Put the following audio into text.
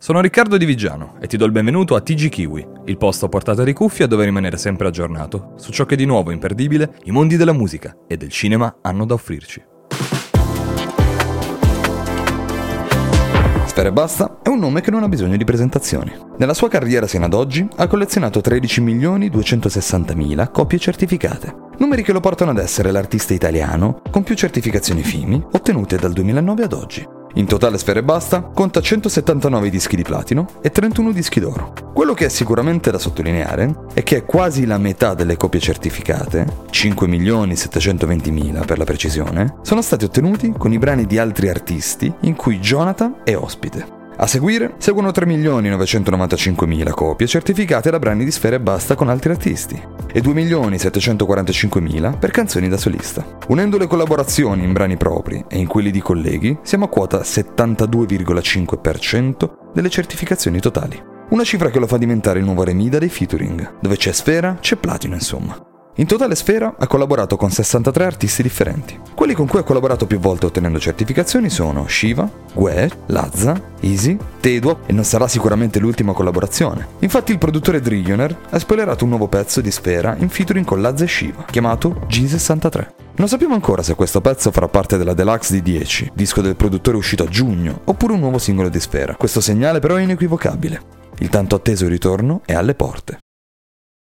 Sono Riccardo Di Vigiano e ti do il benvenuto a TG Kiwi, il posto a portata di cuffia dove rimanere sempre aggiornato su ciò che di nuovo imperdibile i mondi della musica e del cinema hanno da offrirci. Sfera Ebbasta è un nome che non ha bisogno di presentazioni. Nella sua carriera sino ad oggi ha collezionato 13.260.000 copie certificate, numeri che lo portano ad essere l'artista italiano con più certificazioni FIMI ottenute dal 2009 ad oggi. In totale Sfera Ebbasta conta 179 dischi di platino e 31 dischi d'oro. Quello che è sicuramente da sottolineare è che quasi la metà delle copie certificate, 5.720.000 per la precisione, sono stati ottenuti con i brani di altri artisti in cui Jonathan è ospite. A seguire seguono 3.995.000 copie certificate da brani di Sfera Ebbasta con altri artisti e 2.745.000 per canzoni da solista. Unendo le collaborazioni in brani propri e in quelli di colleghi, siamo a quota 72,5% delle certificazioni totali. Una cifra che lo fa diventare il nuovo Remida dei featuring. Dove c'è Sfera, c'è platino insomma. In totale Sfera ha collaborato con 63 artisti differenti. Quelli con cui ha collaborato più volte ottenendo certificazioni sono Shiva, Gue, Lazza, Easy, Teduo e non sarà sicuramente l'ultima collaborazione. Infatti il produttore Drillionaire ha spoilerato un nuovo pezzo di Sfera in featuring con Lazza e Shiva, chiamato G63. Non sappiamo ancora se questo pezzo farà parte della Deluxe di 10, disco del produttore uscito a giugno, oppure un nuovo singolo di Sfera. Questo segnale però è inequivocabile. Il tanto atteso ritorno è alle porte.